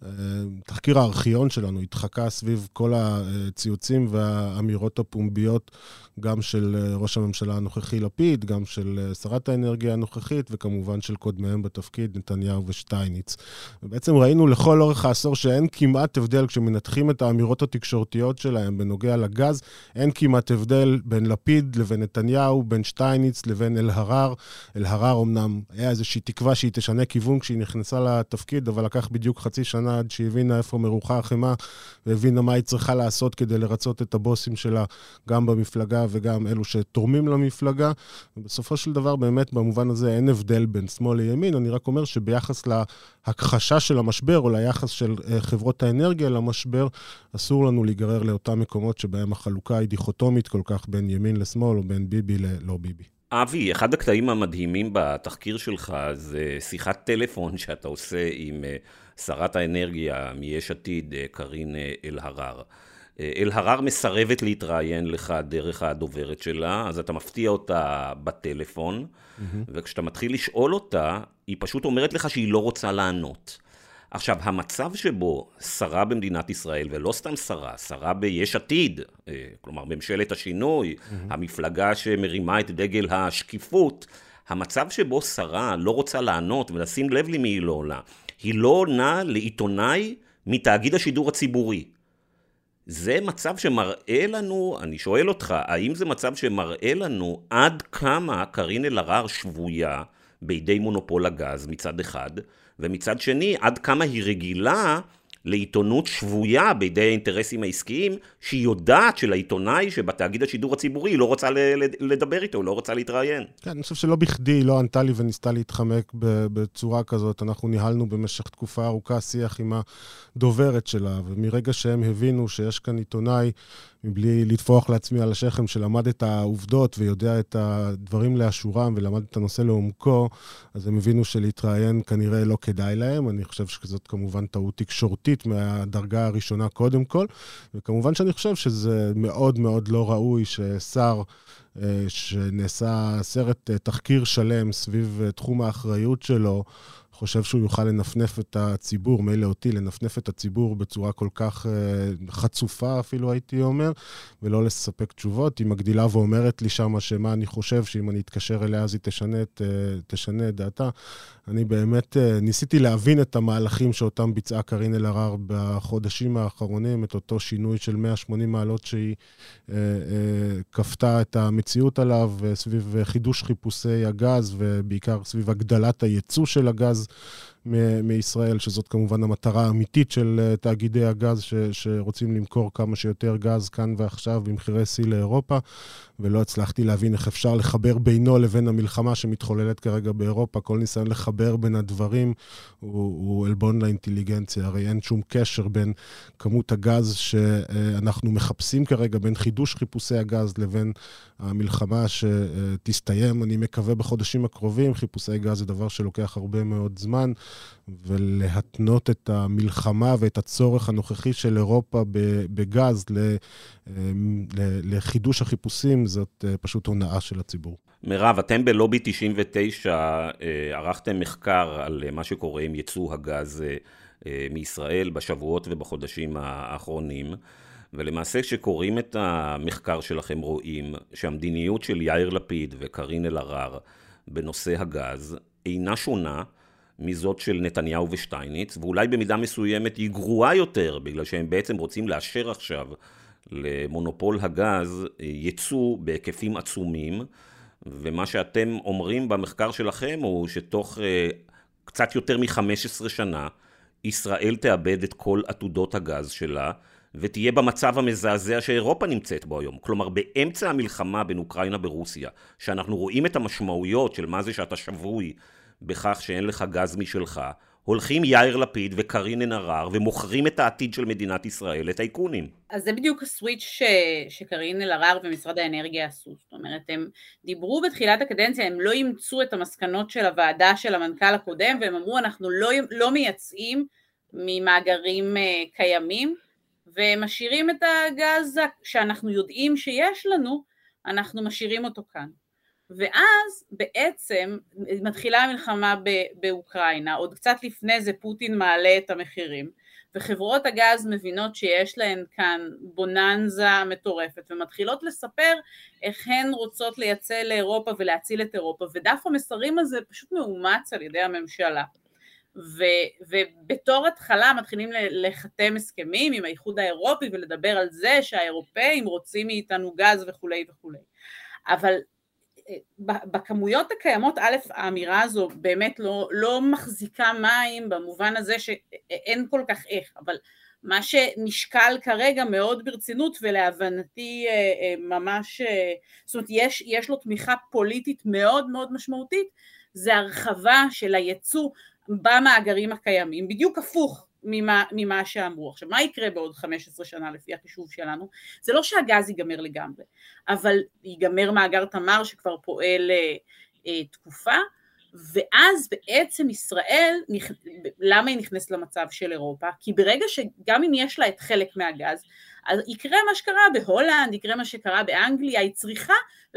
תחקיר הארכיון שלנו התחקה סביב כל הציוצים והאמירות הפומביות, גם של ראש הממשלה הנוכחי לפיד, גם של שרת האנרגיה הנוכחית, וכמובן של קודמיהם בתפקיד, נתניהו ושטייניץ. ובעצם ראינו לכל אורך העשור שאין כמעט הבדל, כשמנתחים את האמירות התקשורתיות שלהם בנוגע לגז, אין כמעט הבדל בין לפיד לבין נתניהו, בין שטייניץ לבין אלהרר. אלהרר אמנם היה איזושהי תקווה שהיא תשנה כיוון כשהיא נכנסה לתפקיד, אבל לקח בדיוק חצי שנה עד שהיא הבינה איפה מרוחה החמה, והבינה מה היא צריכה לעשות כדי לרצות את הבוסים שלה, גם במפלגה וגם אלו שתורמים למפלגה. ובסופו של דבר באמת במובן הזה אין הבדל בין שמאל לימין. אני רק אומר שביחס להכחשה של המשבר או ליחס של חברות האנרגיה למשבר, אסור לנו להיגרר לאותם מקומות שבהם החלוקה היא דיכוטומית כל כך בין ימין לשמאל או בין ביבי ללא ביבי. אבי, אחד הקטעים המדהימים בתחקיר שלך זה שיחת טלפון שאתה עושה עם שרת האנרגיה מיש עתיד, קרין אלהרר. אלהרר מסרבת להתראיין לך דרך הדוברת שלה, אז אתה מפתיע אותה בטלפון, וכשאתה מתחיל לשאול אותה, היא פשוט אומרת לך שהיא לא רוצה לענות. עכשיו, המצב שבו שרה במדינת ישראל, ולא סתם שרה ביש עתיד, כלומר ממשלת השינוי, המפלגה שמרימה את דגל השקיפות, המצב שבו שרה לא רוצה לענות, ולשים לב למי היא לא עונה, היא לא עונה לעיתונאי מתאגיד השידור הציבורי. זה מצב שמראה לנו, אני שואל אותך, האם זה מצב שמראה לנו עד כמה קרין אלהרר שבויה בידי מונופול הגז מצד אחד, ומצד שני, עד כמה היא רגילה לעיתונות שבויה בידי האינטרסים העסקיים, שהיא יודעת של העיתונאי שבתאגיד השידור הציבורי לא רוצה לדבר איתו, לא רוצה להתראיין. כן, אני חושב שלא בכדי, לא ענתה לי וניסתה להתחמק בצורה כזאת. אנחנו ניהלנו במשך תקופה ארוכה שיח עם הדוברת שלה, ומרגע שהם הבינו שיש כאן עיתונאי, מבלי לתפוח לעצמי על השכם, שלמד את העובדות ויודע את הדברים לאשורם ולמד את הנושא לעומקו, אז הם הבינו שלהתראיין כנראה לא כדאי להם. אני חושב שזאת כמובן טעות תקשורתית מהדרגה הראשונה קודם כל, וכמובן שאני חושב שזה מאוד מאוד לא ראוי ששר שנעשה סרט תחקיר שלם סביב תחום האחריות שלו, חושב שהוא יוכל לנפנף את הציבור, מילא אותי, לנפנף את הציבור בצורה כל כך חצופה אפילו הייתי אומר, ולא לספק תשובות. היא מגדילה ואומרת לי שמה שמה אני חושב שאם אני אתקשר אליה אז היא תשנה את דעתה. אני באמת ניסיתי להבין את המהלכים שאותם ביצעה קרין אלהרר בחודשים האחרונים, את אותו שינוי של 180 מעלות שהיא כפתה את המציאות עליו סביב חידוש חיפושי הגז, ובעיקר סביב הגדלת הייצוא של הגז מישראל, שזאת כמובן המטרה האמיתית של תאגידי הגז שרוצים למכור כמה שיותר גז כאן ועכשיו במחירי שיא לאירופה, ולא הצלחתי להבין איך אפשר לחבר בינו לבין המלחמה שמתחוללת כרגע באירופה. כל ניסיון לחבר בין הדברים הוא אלבון לאינטליגנציה. הרי אין שום קשר בין כמות הגז שאנחנו מחפשים כרגע, בין חידוש חיפושי הגז לבין המלחמה שתסתיים, אני מקווה, בחודשים הקרובים. חיפושי גז זה דבר שלוקח הרבה מאוד זמן, ולהתנות את המלחמה ואת הצורך הנוכחי של אירופה בגז לחידוש החיפושים, זאת פשוט הונאה של הציבור. מירב, אתם בלובי 99 ערכתם מחקר על מה שקורה עם ייצוא הגז מישראל בשבועות ובחודשים האחרונים, ולמעשה כשקוראים את המחקר שלכם רואים שהמדיניות של יאיר לפיד וקרין אלהרר בנושא הגז אינה שונה מזאת של נתניהו ושטייניץ, ואולי במידה מסוימת היא גרועה יותר, בגלל שהם בעצם רוצים לאשר עכשיו למונופול הגז ייצוא בהיקפים עצומים, ומה שאתם אומרים במחקר שלכם הוא שתוך קצת יותר מ-15 שנה ישראל תאבד את כל עתודות הגז שלה, ותהיה במצב המזעזע שאירופה נמצאת בו היום. כלומר, באמצע המלחמה בין אוקראינה ברוסיה, שאנחנו רואים את המשמעויות של מה זה שאתה שבוי בכך שאין לך גז משלך, הולכים יאיר לפיד וקרין אלהרר ומוכרים את העתיד של מדינת ישראל לטייקונים. אז זה בדיוק הסוויץ' שקרין אלהרר ומשרד האנרגיה עשו. זאת אומרת, הם דיברו בתחילת הקדנציה, הם לא אימצו את המסקנות של הוועדה של המנכ"ל הקודם, והם אמרו, אנחנו לא מייצאים ממאגרים קיימים, ומשאירים את הגז שאנחנו יודעים שיש לנו, אנחנו משאירים אותו כאן. ואז בעצם מתחילה המלחמה באוקראינה, עוד קצת לפני זה פוטין מעלה את המחירים, וחברות הגז מבינות שיש להן כאן בוננזה מטורפת, ומתחילות לספר איך הן רוצות לייצא לאירופה ולהציל את אירופה, ודף המסרים הזה פשוט מאומץ על ידי הממשלה. ובתור התחלה מתחילים לחתם הסכמים עם האיחוד האירופי, ולדבר על זה שהאירופאים רוצים מאיתנו גז וכו' וכו'. אבל בכמויות הקיימות, א', האמירה הזו באמת לא מחזיקה מים במובן הזה שאין כל כך איך, אבל מה שנשקל כרגע מאוד ברצינות ולהבנתי ממש, זאת אומרת יש לו תמיכה פוליטית מאוד מאוד משמעותית, זה הרחבה של הייצוא במאגרים הקיימים, בדיוק הפוך ממה שאמרו. עכשיו, מה יקרה בעוד 15 שנה לפי החישוב שלנו? זה לא שהגז ייגמר לגמרי, אבל ייגמר מאגר תמר שכבר פועל תקופה, ואז בעצם ישראל, למה היא נכנסת למצב של אירופה? כי ברגע שגם אם יש לה את חלק מהגז, אז יקרה מה שקרה בהולנד, יקרה מה שקרה באנגליה, היא צריכה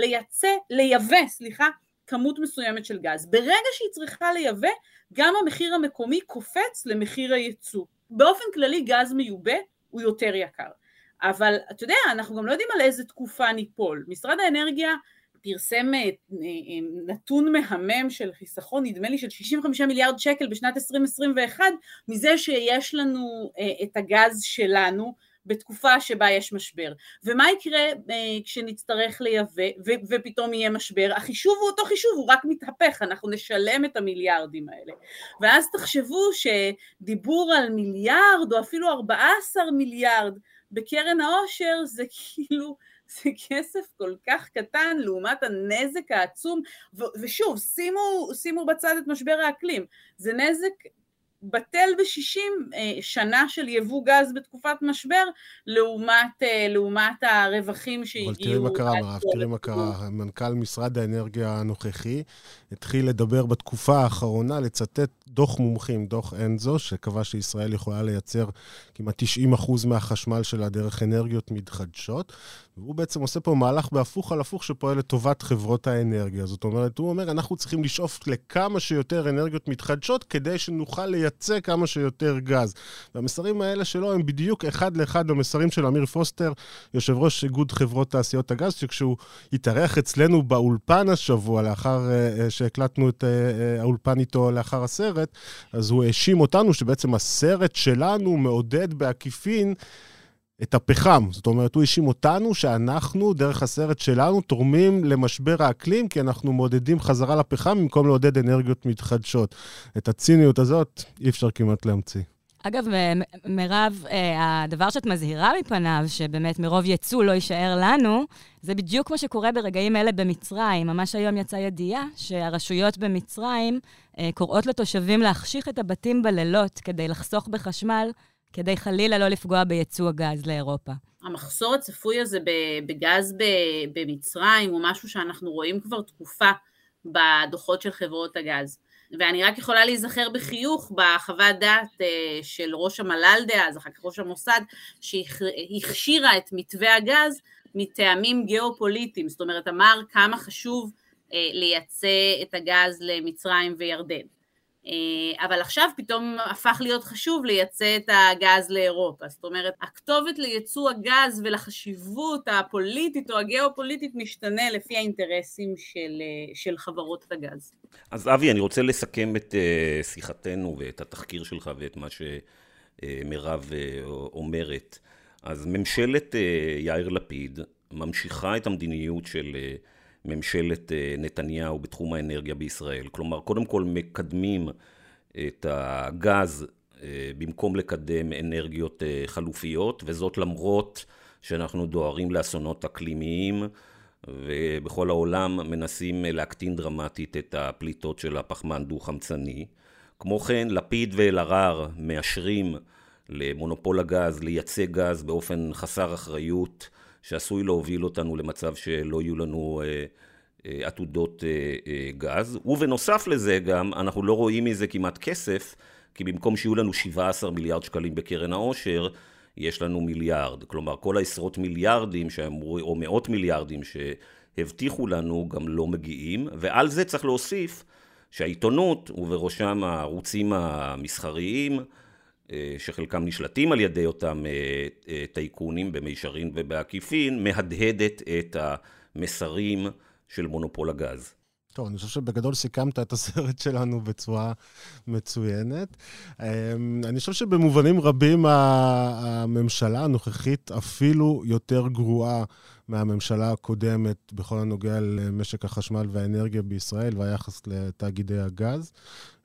לייבא, כמות מסוימת של גז. ברגע שהיא צריכה לייבא, גם המחיר המקומי קופץ למחיר הייצוא. באופן כללי גז מיובא הוא יותר יקר. אבל אתה יודע, אנחנו גם לא יודעים על איזה תקופה ניפול. משרד האנרגיה פרסם נתון מהמם של חיסכון, נדמה לי של 65 מיליארד שקל בשנת 2021, מזה שיש לנו את הגז שלנו, בתקופה שבה יש משבר. ומה יקרה כשנצטרך לייבא ופתאום יהיה משבר? החישוב הוא אותו חישוב, הוא רק מתהפך, אנחנו נשלם את המיליארדים האלה. ואז תחשבו שדיבור על מיליארד או אפילו 14 מיליארד בקרן העושר, זה כאילו, זה כסף כל כך קטן לעומת הנזק העצום, ושוב, שימו בצד את משבר האקלים, זה נזק בטל ב-60 שנה של יבוא גז בתקופת משבר, לעומת הרווחים שהגיעו. אבל תראי מה קרה, מרב, תראי מה קרה. מנכ"ל משרד האנרגיה הנוכחי התחיל לדבר בתקופה האחרונה, לצטט דוח מומחים, דוח אנזו, שקבע שישראל יכולה לייצר כמעט 90% מהחשמל שלה דרך אנרגיות מתחדשות, והוא בעצם עושה פה מהלך בהפוך על הפוך שפועל לטובת חברות האנרגיה. זאת אומרת, הוא אומר, אנחנו צריכים לשאוף לכמה שיותר אנרגיות מתחדשות, כדי שנוכל לייצא כמה שיותר גז. והמסרים האלה שלו הם בדיוק אחד לאחד המסרים של אמיר פוסטר, יושב ראש איגוד חברות תעשיות הגז, שכשהוא התארח אצלנו באולפן השבוע, לאחר שהקלטנו את האולפן איתו לאחר הסרט, אז הוא האשים אותנו שבעצם הסרט שלנו מעודד בעקיפין את הפחם. זאת אומרת, הוא האשים אותנו שאנחנו, דרך הסרט שלנו, תורמים למשבר האקלים, כי אנחנו מעודדים חזרה לפחם במקום לעודד אנרגיות מתחדשות. את הציניות הזאת אי אפשר כמעט להמציא. אגב, מרב, הדבר שאת מזהירה מפניו, שבאמת מרוב ייצוא לא יישאר לנו, זה בדיוק כמו שקורה ברגעים אלה במצרים. ממש היום יצאה ידיעה שהרשויות במצרים קוראות לתושבים להחשיך את הבתים בלילות כדי לחסוך בחשמל, כדי חלילה לא לפגוע בייצוא הגז לאירופה. המחסור הצפוי הזה בגז במצרים הוא משהו שאנחנו רואים כבר תקופה בדוחות של חברות הגז. ואני רק יכולה להיזכר בחיוך בחוות דעת של ראש המל"ל דאז, אחר כך ראש המוסד, שהכשירה את מתווה הגז מטעמים גיאופוליטיים, זאת אומרת, אמר כמה חשוב לייצא את הגז למצרים וירדן. אבל עכשיו פתאום הפך להיות חשוב לייצא את הגז לאירופה, זאת אומרת, הכתובת לייצוא הגז ולחשיבות הפוליטית או הגיאופוליטית משתנה לפי האינטרסים של חברות הגז. אז אבי, אני רוצה לסכם את שיחתנו ואת התחקיר שלך ואת מה שמרב אומרת. אז ממשלת יאיר לפיד ממשיכה את המדיניות של ממשלת נתניהו בתחום האנרגיה בישראל. כלומר, קודם כל מקדמים את הגז במקום לקדם אנרגיות חלופיות, וזאת למרות שאנחנו דוהרים לאסונות אקלימיים, ובכל העולם מנסים להקטין דרמטית את הפליטות של הפחמן דו-חמצני. כמו כן, לפיד ואלהרר מאשרים למונופול הגז לייצא גז באופן חסר אחריות, שעשוי להוביל אותנו למצב שלא יהיו לנו עתודות גז. ובנוסף לזה גם, אנחנו לא רואים מזה כמעט כסף, כי במקום שיהיו לנו 17 מיליארד שקלים בקרן העושר, יש לנו מיליארד. כלומר, כל העשרות מיליארדים, או מאות מיליארדים הבטיחו לנו גם לא מגיעים, ועל זה צריך להוסיף שהעיתונות, ובראשם הערוצים המסחריים, שחלקם נשלטים על ידי אותם טייקונים במישרין ובעקיפין, מהדהדת את המסרים של מונופול הגז. טוב, אני חושב שבגדול סיכמת את הסרט שלנו בצורה מצוינת. אני חושב שבמובנים רבים הממשלה הנוכחית אפילו יותר גרועה מהממשלה הקודמת בכל הנוגע למשק החשמל והאנרגיה בישראל והיחס לתאגידי הגז.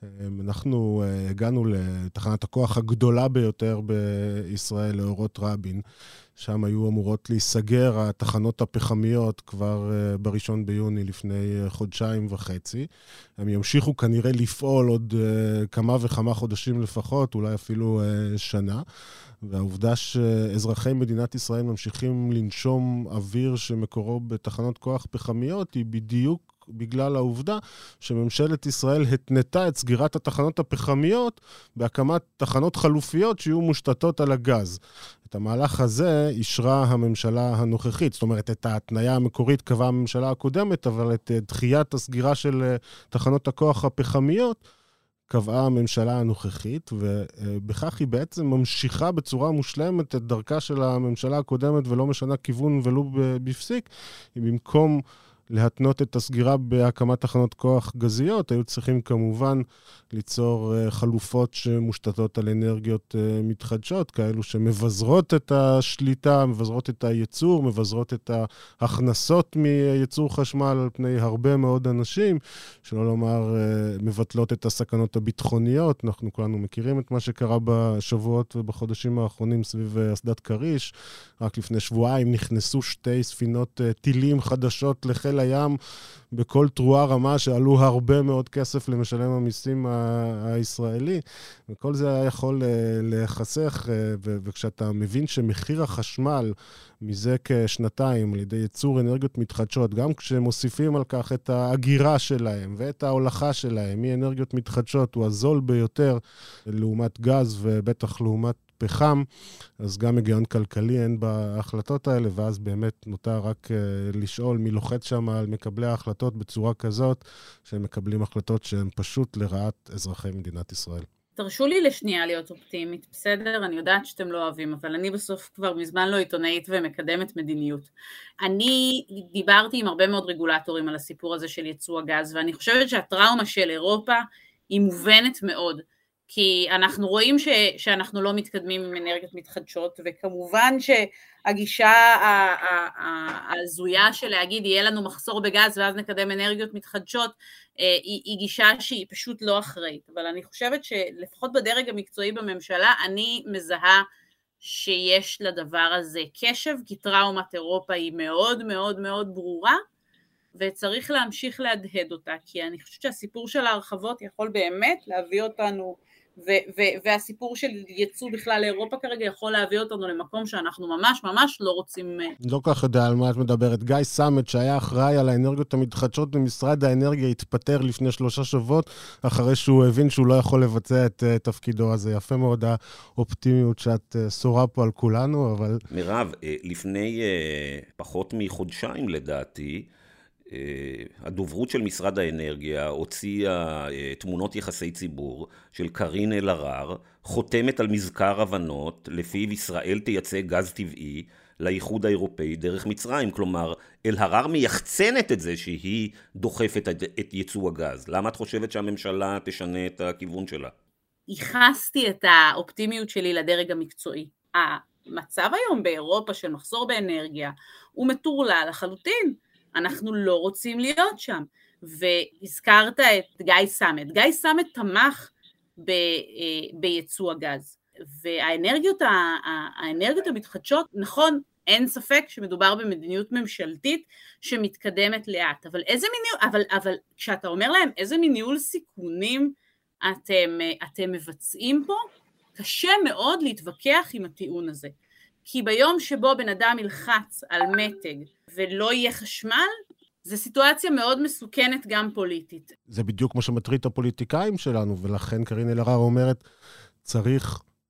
אנחנו הגענו לתחנת הכוח הגדולה ביותר בישראל, לאורות רבין, שם היו אמורות להיסגר התחנות הפחמיות כבר בראשון ביוני לפני חודשיים וחצי. הם ימשיכו כנראה לפעול עוד כמה וכמה חודשים לפחות, אולי אפילו שנה. והעובדה שאזרחי מדינת ישראל ממשיכים לנשום אוויר שמקורו בתחנות כוח פחמיות היא בדיוק בגלל העובדה שממשלת ישראל התנתה את סגירת התחנות הפחמיות בהקמת תחנות חלופיות שיהיו מושתתות על הגז. את המהלך הזה אישרה הממשלה הנוכחית, זאת אומרת את ההתניה המקורית קבעה הממשלה הקודמת, אבל את דחיית הסגירה של תחנות הכוח הפחמיות קבעה הממשלה הנוכחית, ובכך היא בעצם ממשיכה בצורה מושלמת את דרכה של הממשלה הקודמת ולא משנה כיוון ולא בפסיק. היא במקום להתנות את הסגירה בהקמת תחנות כוח גזיות, היו צריכים כמובן ליצור חלופות שמושתתות על אנרגיות מתחדשות, כאלו שמבזרות את השליטה, מבזרות את הייצור, מבזרות את ההכנסות מייצור חשמל על פני הרבה מאוד אנשים, שלא לומר מבטלות את הסכנות הביטחוניות. אנחנו כולנו מכירים את מה שקרה בשבועות ובחודשים האחרונים סביב אסדת כריש. רק לפני שבועיים נכנסו 2 ספינות טילים חדשות לחיל הים בכל תרועה רמה שעלו הרבה מאוד כסף למשלם המיסים הישראלי, וכל זה היה יכול להיחסך, וכשאתה מבין שמחיר החשמל מזה כשנתיים על ידי ייצור אנרגיות מתחדשות, גם כשמוסיפים על כך את ההגירה שלהם ואת ההולכה שלהם מאנרגיות מתחדשות, הוא הזול ביותר לעומת גז ובטח לעומת פחם, אז גם היגיון כלכלי אין בהחלטות האלה, ואז באמת נותר רק לשאול מי לוחץ שם על מקבלי ההחלטות בצורה כזאת, שהם מקבלים החלטות שהן פשוט לרעת אזרחי מדינת ישראל. תרשו לי לשנייה להיות אופטימית, בסדר? אני יודעת שאתם לא אוהבים, אבל אני בסוף כבר מזמן לא עיתונאית ומקדמת מדיניות. אני דיברתי עם הרבה מאוד רגולטורים על הסיפור הזה של ייצוא הגז, ואני חושבת שהטראומה של אירופה היא מובנת מאוד, כי אנחנו רואים שאנחנו לא מתקדמים עם אנרגיות מתחדשות, וכמובן שהגישה הזויה של להגיד יהיה לנו מחסור בגז ואז נקדם אנרגיות מתחדשות, היא גישה שהיא פשוט לא אחראית. אבל אני חושבת שלפחות בדרג המקצועי בממשלה אני מזהה שיש לדבר הזה קשב, כי טראומת אירופה היא מאוד מאוד מאוד ברורה, וצריך להמשיך להדהד אותה, כי אני חושבת שהסיפור של ההרחבות יכול באמת להביא אותנו, והסיפור של ייצוא בכלל לאירופה כרגע יכול להביא אותנו למקום שאנחנו ממש ממש לא רוצים. לא כך יודע על מה את מדברת. גיא סמט, שהיה אחראי על האנרגיות המתחדשות במשרד האנרגיה, התפטר לפני 3 שבועות, אחרי שהוא הבין שהוא לא יכול לבצע את תפקידו הזה. יפה מאוד האופטימיות שאת שורה פה על כולנו, אבל... מירב, לפני פחות מחודשיים לדעתי, הדוברות של משרד האנרגיה הוציאה תמונות יחסי ציבור של קרין אלהרר, חותמת על מזכר הבנות לפיו ישראל תייצא גז טבעי לאיחוד האירופאי דרך מצרים. כלומר, אלהרר מייחצנת את זה שהיא דוחפת את ייצוא הגז. למה את חושבת שהממשלה תשנה את הכיוון שלה? ייחסתי את האופטימיות שלי לדרג המקצועי. המצב היום באירופה של מחסור באנרגיה הוא מטורלל לחלוטין. אנחנו לא רוצים להיות שם. והזכרת את גיא סמט. גיא סמט תמך בייצוא הגז. והאנרגיות המתחדשות, נכון, אין ספק שמדובר במדיניות ממשלתית שמתקדמת לאט. אבל כשאתה אומר להם איזה ניהול סיכונים אתם מבצעים פה, קשה מאוד להתווכח עם הטיעון הזה. כי ביום שבו בן אדם ילחץ על מתג ולא יהיה חשמל, זו סיטואציה מאוד מסוכנת גם פוליטית. זה בדיוק מה שמטריד את הפוליטיקאים שלנו, ולכן קרין אלהרר אומרת, צריך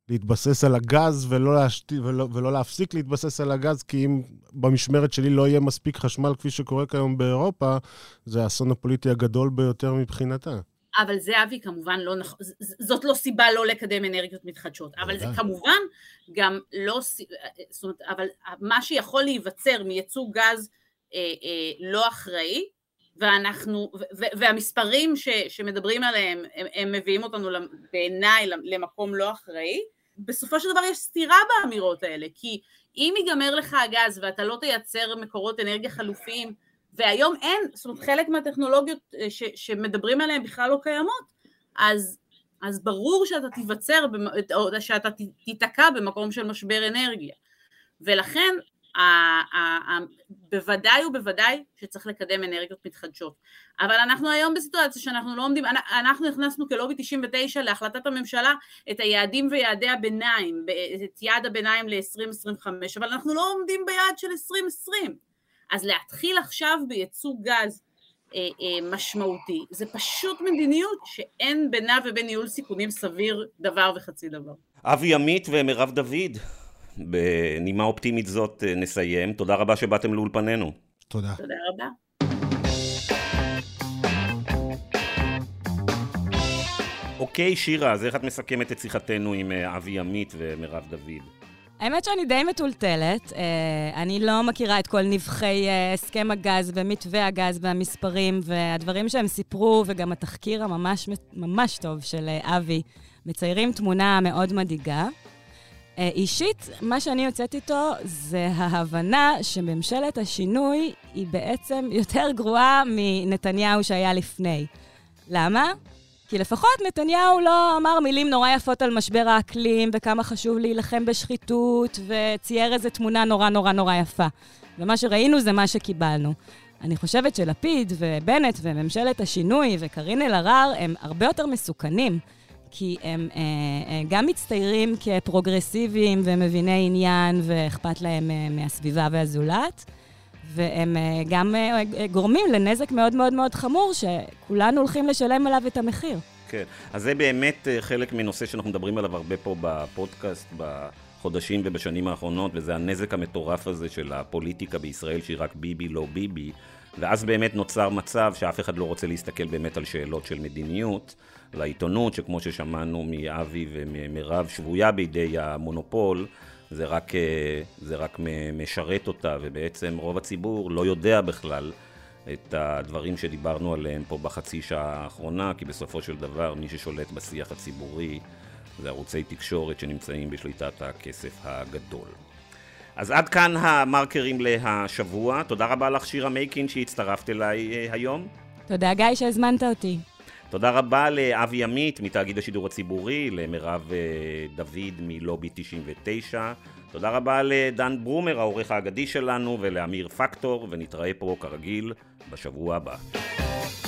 להתבסס על הגז ולא להפסיק להתבסס על הגז, כי אם במשמרת שלי לא יהיה מספיק חשמל כפי שקורה כיום באירופה, זה האסון הפוליטי הגדול ביותר מבחינתה. אבל זה, אבי, כמובן לא נכון, זאת לא סיבה לא לקדם אנרגיות מתחדשות, אבל זה כמובן גם לא, זאת אומרת, אבל מה שיכול להיווצר מייצוא גז לא אחראי, והמספרים שמדברים עליהם, הם מביאים אותנו בעיניי למקום לא אחראי, בסופו של דבר יש סתירה באמירות האלה, כי אם ייגמר לך הגז ואתה לא תייצר מקורות אנרגיה חלופיים, והיום אין, זאת אומרת חלק מהטכנולוגיות שמדברים עליהן בכלל לא קיימות, אז ברור שאתה תיווצר, או שאתה תיתקע במקום של משבר אנרגיה, ולכן בוודאי ובוודאי שצריך לקדם אנרגיות מתחדשות, אבל אנחנו היום בסיטואציה שאנחנו לא עומדים, אנחנו הכנסנו כלובי 99 להחלטת הממשלה את היעדים ויעדי הביניים, את יעד הביניים ל-2025, אבל אנחנו לא עומדים ביעד של 2020, אז להתחיל עכשיו בייצוא גז משמעותי, זה פשוט מדיניות שאין בינה ובין ניהול סיכונים סביר דבר וחצי דבר. אבי עמית ומרב דוד, בנימה אופטימית זאת נסיים. תודה רבה שבאתם לאולפנינו. תודה. תודה רבה. אוקיי, שירה, אז איך את מסכמת את שיחתנו עם אבי עמית ומרב דוד? האמת שאני די מטולטלת. אני לא מכירה את כל נבחי הסכם הגז ומתווה הגז והמספרים והדברים שהם סיפרו, וגם התחקיר הממש ממש טוב של אבי מציירים תמונה מאוד מדאיגה. אישית, מה שאני יוצאת איתו זה ההבנה שממשלת השינוי היא בעצם יותר גרועה מנתניהו שהיה לפני. למה? כי לפחות נתניהו לא אמר מילים נורא יפות על משבר האקלים וכמה חשוב להילחם בשחיתות וצייר איזו תמונה נורא נורא נורא יפה. ומה שראינו זה מה שקיבלנו. אני חושבת שלפיד ובנט וממשלת השינוי וקרין אלהרר הם הרבה יותר מסוכנים. כי הם גם מצטיירים כפרוגרסיביים ומביני עניין ואכפת להם מהסביבה והזולת, והם גם גורמים לנזק מאוד מאוד מאוד חמור שכולנו הולכים לשלם עליו את המחיר. כן, אז זה באמת חלק מנושא שאנחנו מדברים עליו הרבה פה בפודקאסט בחודשים ובשנים האחרונות, וזה הנזק המטורף הזה של הפוליטיקה בישראל שהיא רק ביבי לא ביבי, ואז באמת נוצר מצב שאף אחד לא רוצה להסתכל באמת על שאלות של מדיניות, לעיתונות, שכמו ששמענו מאבי ומרב, שבויה בידי המונופול, זה רק משרת אותה, ובעצם רוב הציבור לא יודע בכלל את הדברים שדיברנו עליהם פה בחצי שעה האחרונה, כי בסופו של דבר מי ששולט בשיח הציבורי זה ערוצי תקשורת שנמצאים בשליטת הכסף הגדול. אז עד כאן המרקרים להשבוע. תודה רבה לך שירה מייקין שהצטרפת אליי היום. תודה גיא שהזמנת אותי. תודה רבה לאבי עמית מתאגיד השידור הציבורי, למרב דוד מלובי 99. תודה רבה לדן ברומר, העורך האגדי שלנו, ולאמיר פקטור, ונתראה פה כרגיל בשבוע הבא.